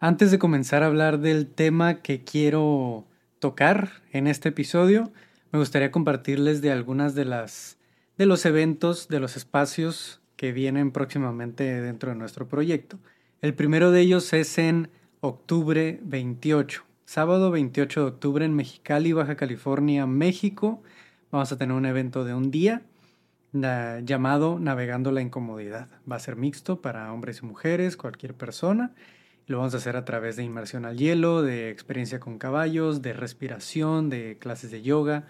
Antes de comenzar a hablar del tema que quiero tocar en este episodio, me gustaría compartirles de algunas de los eventos, de los espacios que vienen próximamente dentro de nuestro proyecto. El primero de ellos es en octubre 28, sábado 28 de octubre en Mexicali, Baja California, México. Vamos a tener un evento de un día llamado Navegando la Incomodidad. Va a ser mixto para hombres y mujeres, cualquier persona. Lo vamos a hacer a través de inmersión al hielo, de experiencia con caballos, de respiración, de clases de yoga.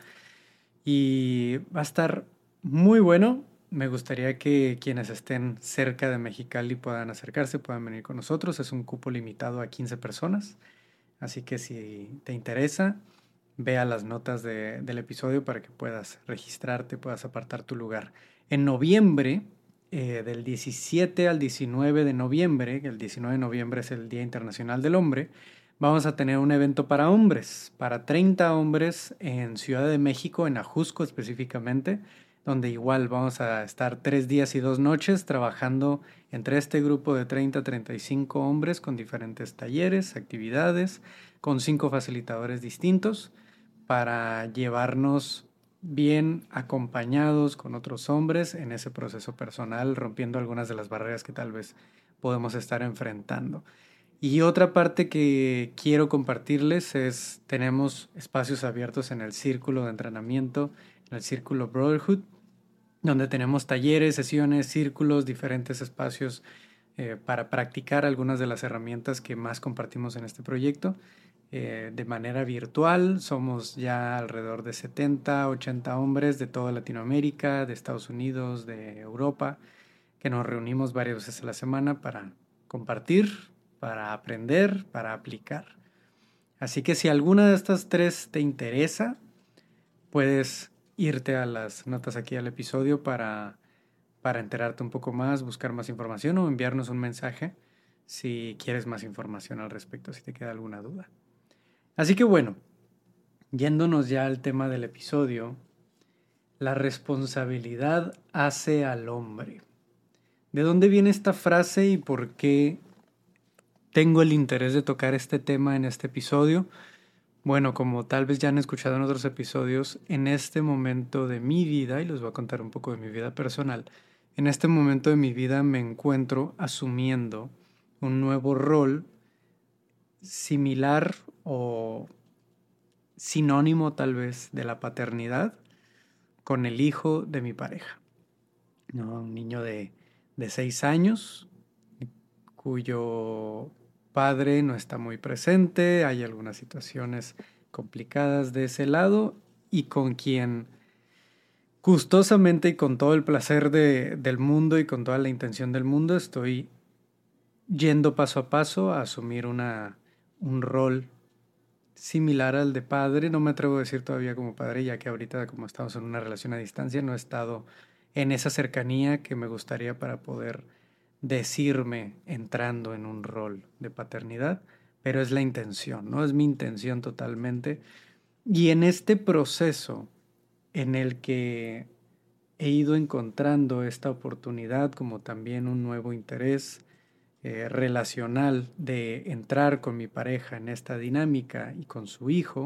Y va a estar muy bueno. Me gustaría que quienes estén cerca de Mexicali puedan acercarse, puedan venir con nosotros. Es un cupo limitado a 15 personas. Así que si te interesa, vea las notas del episodio para que puedas registrarte, puedas apartar tu lugar. En noviembre, del 17 al 19 de noviembre, el 19 de noviembre es el Día Internacional del Hombre, vamos a tener un evento para hombres, para 30 hombres en Ciudad de México, en Ajusco específicamente, donde igual vamos a estar 3 días y 2 noches trabajando entre este grupo de 30 a 35 hombres con diferentes talleres, actividades, con 5 facilitadores distintos para llevarnos bien acompañados con otros hombres en ese proceso personal, rompiendo algunas de las barreras que tal vez podemos estar enfrentando. Y otra parte que quiero compartirles es, tenemos espacios abiertos en el círculo de entrenamiento, en el círculo Brotherhood, donde tenemos talleres, sesiones, círculos, diferentes espacios para practicar algunas de las herramientas que más compartimos en este proyecto. De manera virtual, somos ya alrededor de 70, 80 hombres de toda Latinoamérica, de Estados Unidos, de Europa, que nos reunimos varias veces a la semana para compartir, para aprender, para aplicar. Así que si alguna de estas tres te interesa, puedes irte a las notas aquí al episodio para enterarte un poco más, buscar más información o enviarnos un mensaje si quieres más información al respecto, si te queda alguna duda. Así que bueno, yéndonos ya al tema del episodio, la responsabilidad hace al hombre. ¿De dónde viene esta frase y por qué tengo el interés de tocar este tema en este episodio? Bueno, como tal vez ya han escuchado en otros episodios, en este momento de mi vida, y les voy a contar un poco de mi vida personal, en este momento de mi vida me encuentro asumiendo un nuevo rol similar o sinónimo tal vez de la paternidad con el hijo de mi pareja, ¿no? Un niño de 6 años cuyo padre no está muy presente, hay algunas situaciones complicadas de ese lado y con quien gustosamente y con todo el placer del mundo y con toda la intención del mundo estoy yendo paso a paso a asumir un rol similar al de padre. No me atrevo a decir todavía como padre, ya que ahorita como estamos en una relación a distancia no he estado en esa cercanía que me gustaría para poder decirme entrando en un rol de paternidad, pero es la intención, ¿no? Es mi intención totalmente. Y en este proceso en el que he ido encontrando esta oportunidad como también un nuevo interés relacional de entrar con mi pareja en esta dinámica y con su hijo,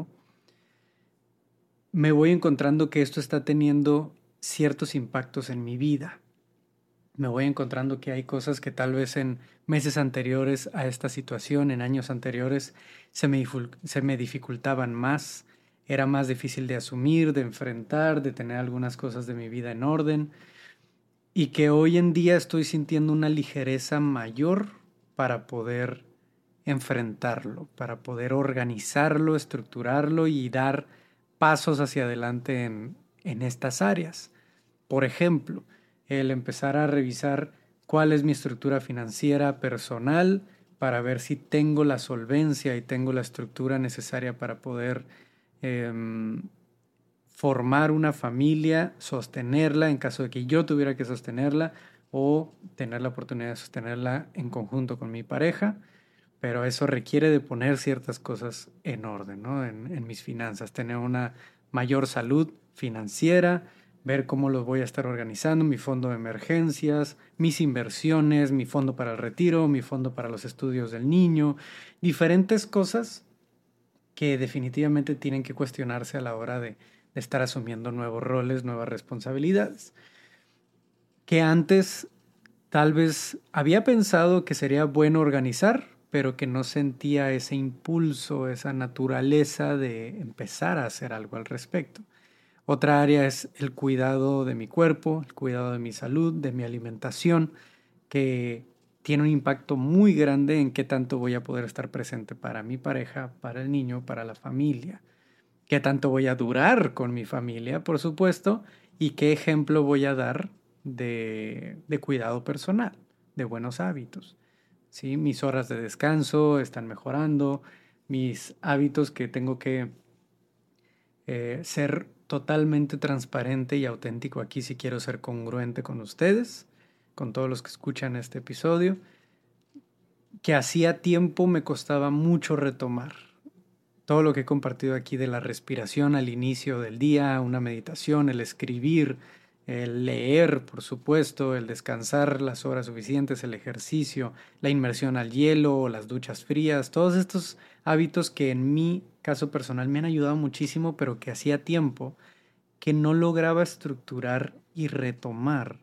me voy encontrando que esto está teniendo ciertos impactos en mi vida. Me voy encontrando que hay cosas que tal vez en meses anteriores a esta situación, en años anteriores, se me dificultaban más. Era más difícil de asumir, de enfrentar, de tener algunas cosas de mi vida en orden. Y que hoy en día estoy sintiendo una ligereza mayor para poder enfrentarlo, para poder organizarlo, estructurarlo y dar pasos hacia adelante en estas áreas. Por ejemplo, el empezar a revisar cuál es mi estructura financiera personal para ver si tengo la solvencia y tengo la estructura necesaria para poder eh, formar una familia, sostenerla en caso de que yo tuviera que sostenerla o tener la oportunidad de sostenerla en conjunto con mi pareja, pero eso requiere de poner ciertas cosas en orden, ¿no? En mis finanzas, tener una mayor salud financiera, ver cómo los voy a estar organizando, mi fondo de emergencias, mis inversiones, mi fondo para el retiro, mi fondo para los estudios del niño, diferentes cosas que definitivamente tienen que cuestionarse a la hora de estar asumiendo nuevos roles, nuevas responsabilidades. Que antes tal vez había pensado que sería bueno organizar, pero que no sentía ese impulso, esa naturaleza de empezar a hacer algo al respecto. Otra área es el cuidado de mi cuerpo, el cuidado de mi salud, de mi alimentación, que tiene un impacto muy grande en qué tanto voy a poder estar presente para mi pareja, para el niño, para la familia. Qué tanto voy a durar con mi familia, por supuesto, y qué ejemplo voy a dar de cuidado personal, de buenos hábitos. ¿Sí? Mis horas de descanso están mejorando, mis hábitos que tengo que ser totalmente transparente y auténtico aquí si quiero ser congruente con ustedes, con todos los que escuchan este episodio, que hacía tiempo me costaba mucho retomar. Todo lo que he compartido aquí de la respiración al inicio del día, una meditación, el escribir, el leer, por supuesto, el descansar las horas suficientes, el ejercicio, la inmersión al hielo, las duchas frías, todos estos hábitos que en mi caso personal me han ayudado muchísimo, pero que hacía tiempo que no lograba estructurar y retomar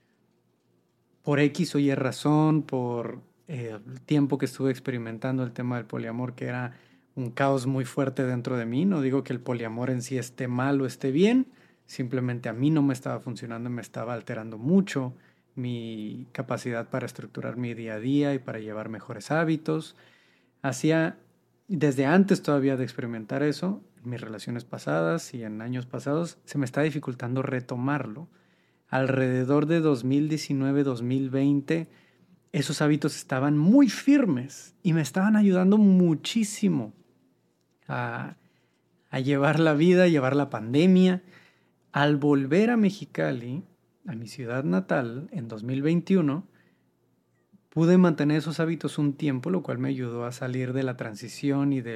por X o Y razón, por el tiempo que estuve experimentando el tema del poliamor, que era un caos muy fuerte dentro de mí. No digo que el poliamor en sí esté mal o esté bien, simplemente a mí no me estaba funcionando, me estaba alterando mucho mi capacidad para estructurar mi día a día y para llevar mejores hábitos. Hacía, desde antes todavía de experimentar eso, en mis relaciones pasadas y en años pasados, se me está dificultando retomarlo. Alrededor de 2019-2020, esos hábitos estaban muy firmes y me estaban ayudando muchísimo a, a llevar la vida, a llevar la pandemia. Al volver a Mexicali, a mi ciudad natal, en 2021, pude mantener esos hábitos un tiempo, lo cual me ayudó a salir de la transición y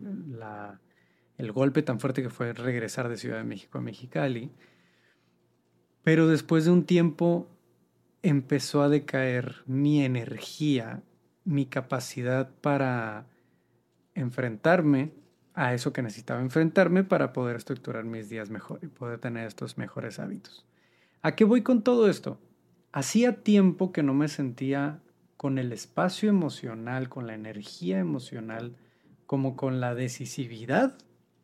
el golpe tan fuerte que fue regresar de Ciudad de México a Mexicali. Pero después de un tiempo empezó a decaer mi energía, mi capacidad para enfrentarme a eso que necesitaba enfrentarme para poder estructurar mis días mejor y poder tener estos mejores hábitos. ¿A qué voy con todo esto? Hacía tiempo que no me sentía con el espacio emocional, con la energía emocional, como con la decisividad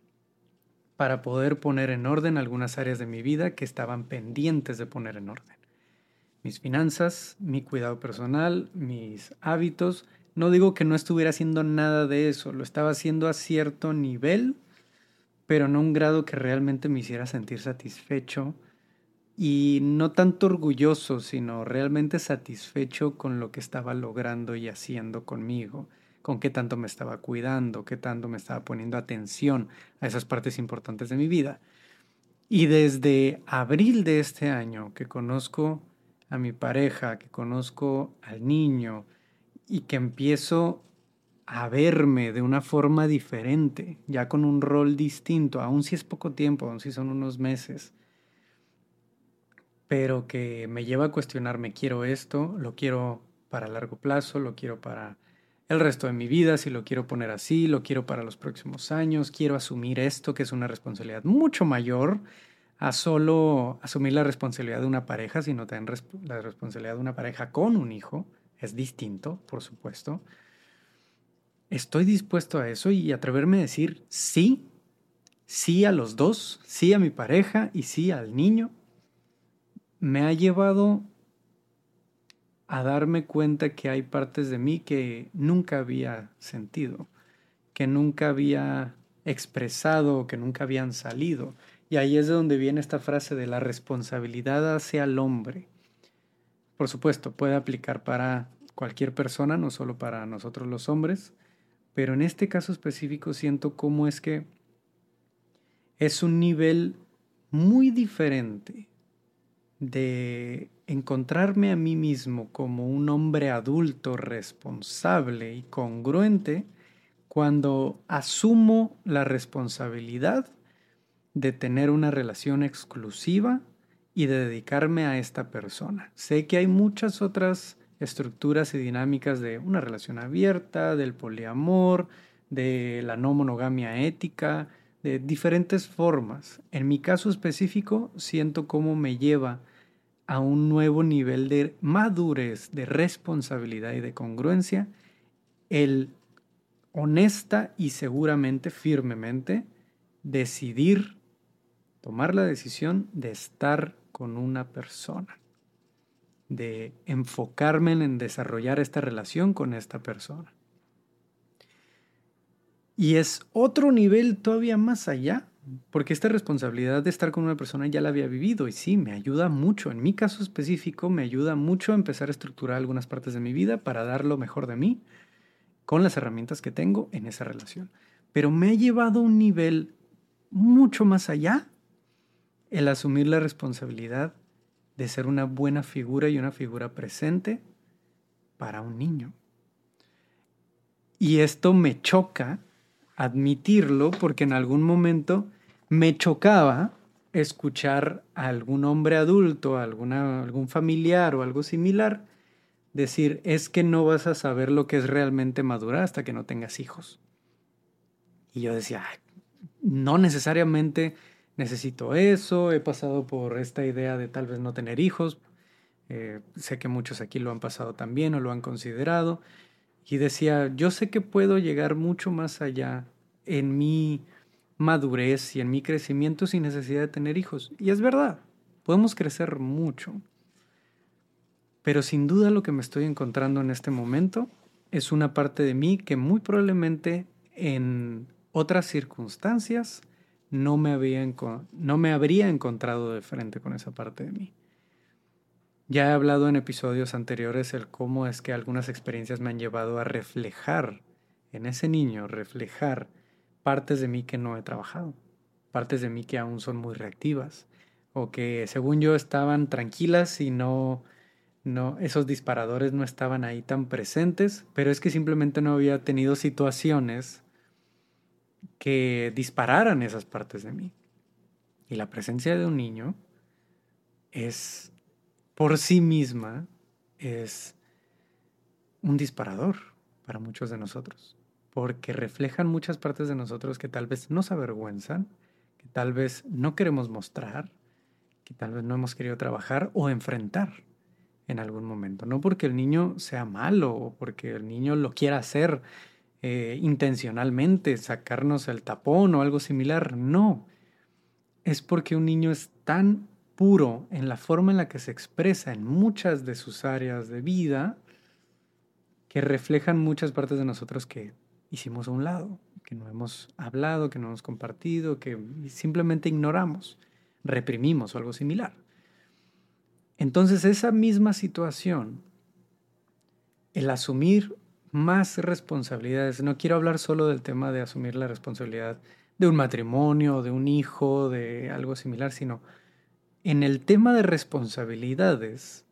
para poder poner en orden algunas áreas de mi vida que estaban pendientes de poner en orden. Mis finanzas, mi cuidado personal, mis hábitos. No digo que no estuviera haciendo nada de eso, lo estaba haciendo a cierto nivel, pero no a un grado que realmente me hiciera sentir satisfecho y no tanto orgulloso, sino realmente satisfecho con lo que estaba logrando y haciendo conmigo, con qué tanto me estaba cuidando, qué tanto me estaba poniendo atención a esas partes importantes de mi vida. Y desde abril de este año que conozco a mi pareja, que conozco al niño y que empiezo a verme de una forma diferente, ya con un rol distinto, aun si es poco tiempo, aun si son unos meses, pero que me lleva a cuestionarme, quiero esto, lo quiero para largo plazo, lo quiero para el resto de mi vida, si lo quiero poner así, lo quiero para los próximos años, quiero asumir esto que es una responsabilidad mucho mayor a solo asumir la responsabilidad de una pareja, sino también la responsabilidad de una pareja con un hijo, es distinto, por supuesto. Estoy dispuesto a eso y atreverme a decir sí, sí a los dos, sí a mi pareja y sí al niño, me ha llevado a darme cuenta que hay partes de mí que nunca había sentido, que nunca había expresado, que nunca habían salido. Y ahí es de donde viene esta frase de la responsabilidad hacia el hombre. Por supuesto, puede aplicar para cualquier persona, no solo para nosotros los hombres, pero en este caso específico siento cómo es que es un nivel muy diferente de encontrarme a mí mismo como un hombre adulto, responsable y congruente cuando asumo la responsabilidad de tener una relación exclusiva y de dedicarme a esta persona. Sé que hay muchas otras estructuras y dinámicas de una relación abierta, del poliamor, de la no monogamia ética, de diferentes formas. En mi caso específico, siento cómo me lleva a un nuevo nivel de madurez, de responsabilidad y de congruencia, el honesta y seguramente, firmemente, decidir, tomar la decisión de estar con una persona, de enfocarme en desarrollar esta relación con esta persona. Y es otro nivel todavía más allá, porque esta responsabilidad de estar con una persona ya la había vivido y sí, me ayuda mucho. En mi caso específico, me ayuda mucho a empezar a estructurar algunas partes de mi vida para dar lo mejor de mí con las herramientas que tengo en esa relación. Pero me ha llevado a un nivel mucho más allá el asumir la responsabilidad de ser una buena figura y una figura presente para un niño. Y esto me choca admitirlo porque en algún momento me chocaba escuchar a algún hombre adulto, a algún familiar o algo similar decir, es que no vas a saber lo que es realmente madurar hasta que no tengas hijos. Y yo decía, no necesariamente necesito eso, he pasado por esta idea de tal vez no tener hijos, sé que muchos aquí lo han pasado también o lo han considerado, y decía, yo sé que puedo llegar mucho más allá en mi madurez y en mi crecimiento sin necesidad de tener hijos. Y es verdad, podemos crecer mucho. Pero sin duda lo que me estoy encontrando en este momento es una parte de mí que muy probablemente en otras circunstancias no me habría encontrado de frente con esa parte de mí. Ya he hablado en episodios anteriores el cómo es que algunas experiencias me han llevado a reflejar en ese niño, reflejar partes de mí que no he trabajado, partes de mí que aún son muy reactivas o que según yo estaban tranquilas y no, esos disparadores no estaban ahí tan presentes, pero es que simplemente no había tenido situaciones que dispararan esas partes de mí. Y la presencia de un niño es, por sí misma, es un disparador para muchos de nosotros, porque reflejan muchas partes de nosotros que tal vez nos avergüenzan, que tal vez no queremos mostrar, que tal vez no hemos querido trabajar o enfrentar en algún momento. No porque el niño sea malo o porque el niño lo quiera hacer intencionalmente, sacarnos el tapón o algo similar. No, es porque un niño es tan puro en la forma en la que se expresa en muchas de sus áreas de vida que reflejan muchas partes de nosotros que hicimos a un lado, que no hemos hablado, que no hemos compartido, que simplemente ignoramos, reprimimos o algo similar. Entonces esa misma situación, el asumir más responsabilidades, no quiero hablar solo del tema de asumir la responsabilidad de un matrimonio, de un hijo, de algo similar, sino en el tema de responsabilidades,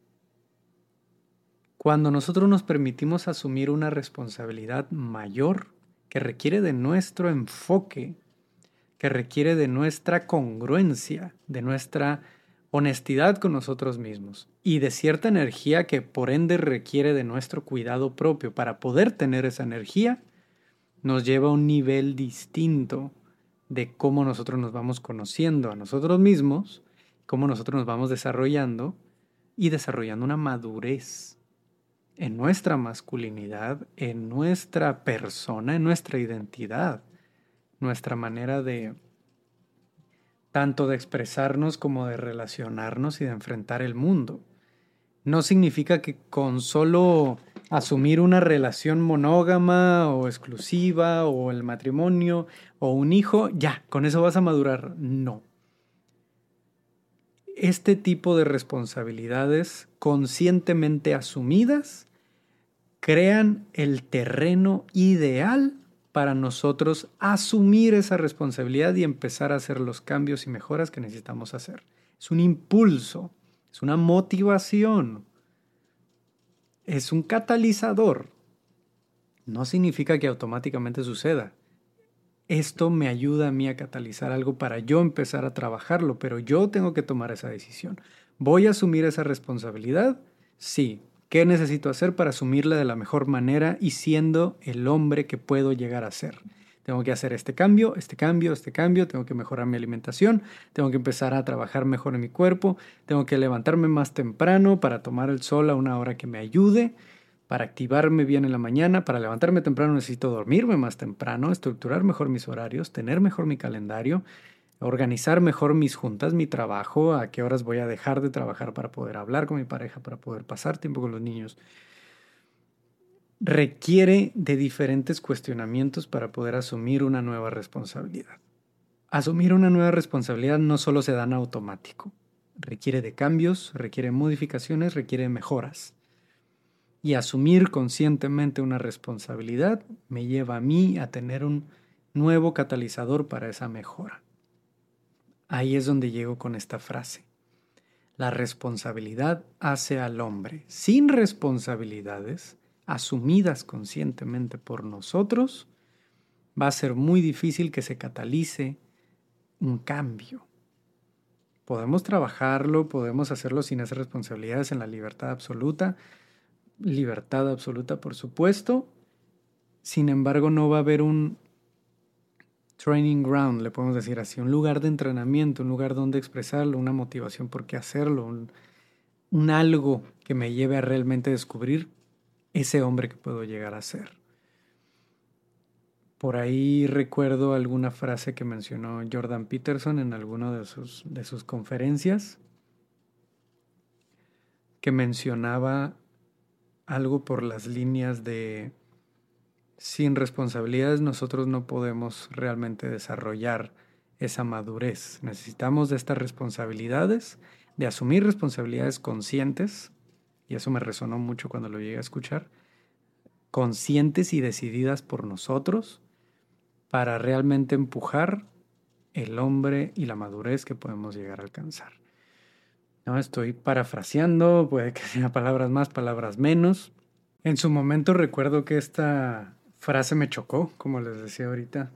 cuando nosotros nos permitimos asumir una responsabilidad mayor que requiere de nuestro enfoque, que requiere de nuestra congruencia, de nuestra honestidad con nosotros mismos y de cierta energía que por ende requiere de nuestro cuidado propio para poder tener esa energía, nos lleva a un nivel distinto de cómo nosotros nos vamos conociendo a nosotros mismos, cómo nosotros nos vamos desarrollando y desarrollando una madurez en nuestra masculinidad, en nuestra persona, en nuestra identidad, nuestra manera de tanto de expresarnos como de relacionarnos y de enfrentar el mundo. No significa que con solo asumir una relación monógama o exclusiva o el matrimonio o un hijo, ya, con eso vas a madurar. No. Este tipo de responsabilidades conscientemente asumidas crean el terreno ideal para nosotros asumir esa responsabilidad y empezar a hacer los cambios y mejoras que necesitamos hacer. Es un impulso, es una motivación, es un catalizador. No significa que automáticamente suceda. esto me ayuda a mí a catalizar algo para yo empezar a trabajarlo, pero yo tengo que tomar esa decisión. ¿Voy a asumir esa responsabilidad? Sí. ¿Qué necesito hacer para asumirla de la mejor manera y siendo el hombre que puedo llegar a ser? Tengo que hacer este cambio, tengo que mejorar mi alimentación, tengo que empezar a trabajar mejor en mi cuerpo, tengo que levantarme más temprano para tomar el sol a una hora que me ayude, para activarme bien en la mañana, para levantarme temprano necesito dormirme más temprano, estructurar mejor mis horarios, tener mejor mi calendario, organizar mejor mis juntas, mi trabajo, a qué horas voy a dejar de trabajar para poder hablar con mi pareja, para poder pasar tiempo con los niños. Requiere de diferentes cuestionamientos para poder asumir una nueva responsabilidad. Asumir una nueva responsabilidad no solo se da en automático. Requiere de cambios, requiere modificaciones, requiere mejoras. Y asumir conscientemente una responsabilidad me lleva a mí a tener un nuevo catalizador para esa mejora. Ahí es donde llego con esta frase. La responsabilidad hace al hombre. Sin responsabilidades, asumidas conscientemente por nosotros, va a ser muy difícil que se catalice un cambio. Podemos trabajarlo, podemos hacerlo sin esas responsabilidades en la libertad absoluta, por supuesto. Sin embargo, no va a haber un training ground, le podemos decir así, un lugar de entrenamiento, un lugar donde expresarlo, una motivación por qué hacerlo, un algo que me lleve a realmente descubrir ese hombre que puedo llegar a ser. Por ahí recuerdo alguna frase que mencionó Jordan Peterson en alguna de sus conferencias, que mencionaba algo por las líneas de: sin responsabilidades nosotros no podemos realmente desarrollar esa madurez. Necesitamos de estas responsabilidades, de asumir responsabilidades conscientes, y eso me resonó mucho cuando lo llegué a escuchar, conscientes y decididas por nosotros, para realmente empujar el hombre y la madurez que podemos llegar a alcanzar. No, estoy parafraseando, puede que sea palabras más, palabras menos. En su momento recuerdo que esta frase me chocó, como les decía ahorita,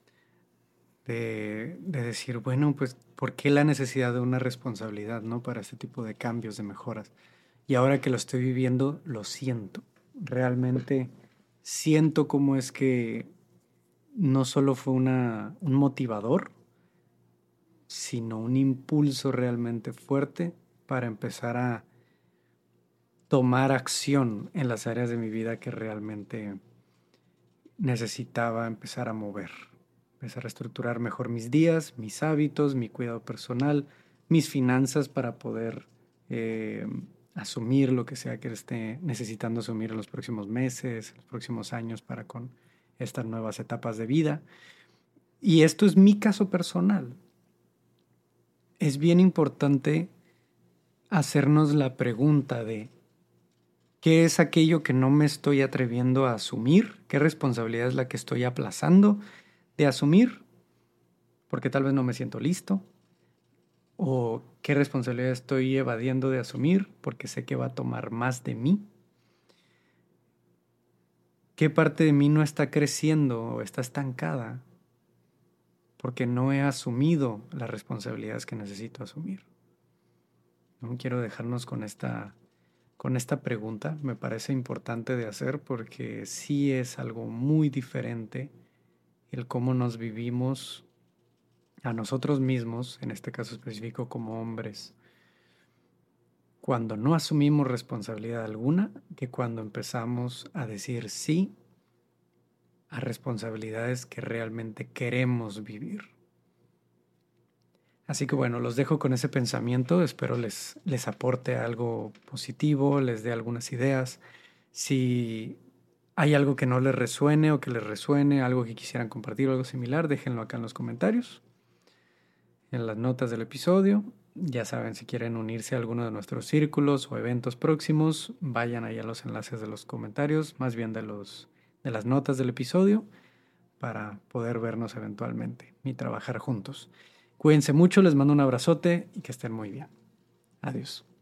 de decir, bueno, pues, ¿por qué la necesidad de una responsabilidad, no, para este tipo de cambios, de mejoras? Y ahora que lo estoy viviendo, lo siento. Realmente siento cómo es que no solo fue un motivador, sino un impulso realmente fuerte para empezar a tomar acción en las áreas de mi vida que realmente necesitaba empezar a mover. Empezar a estructurar mejor mis días, mis hábitos, mi cuidado personal, mis finanzas para poder asumir lo que sea que esté necesitando asumir en los próximos meses, en los próximos años para con estas nuevas etapas de vida. Y esto es mi caso personal. Es bien importante hacernos la pregunta de ¿qué es aquello que no me estoy atreviendo a asumir? ¿Qué responsabilidad es la que estoy aplazando de asumir? Porque tal vez no me siento listo. ¿O qué responsabilidad estoy evadiendo de asumir porque sé que va a tomar más de mí? ¿Qué parte de mí no está creciendo o está estancada porque no he asumido las responsabilidades que necesito asumir? No quiero dejarnos con esta pregunta. Me parece importante de hacer porque sí es algo muy diferente el cómo nos vivimos a nosotros mismos, en este caso específico como hombres, cuando no asumimos responsabilidad alguna, que cuando empezamos a decir sí a responsabilidades que realmente queremos vivir. Así que bueno, los dejo con ese pensamiento, espero les aporte algo positivo, les dé algunas ideas. Si hay algo que no les resuene o que les resuene, algo que quisieran compartir o algo similar, déjenlo acá en los comentarios, en las notas del episodio. Ya saben, si quieren unirse a alguno de nuestros círculos o eventos próximos, vayan ahí a los enlaces de los comentarios, más bien de las notas del episodio, para poder vernos eventualmente y trabajar juntos. Cuídense mucho, les mando un abrazote y que estén muy bien. Adiós.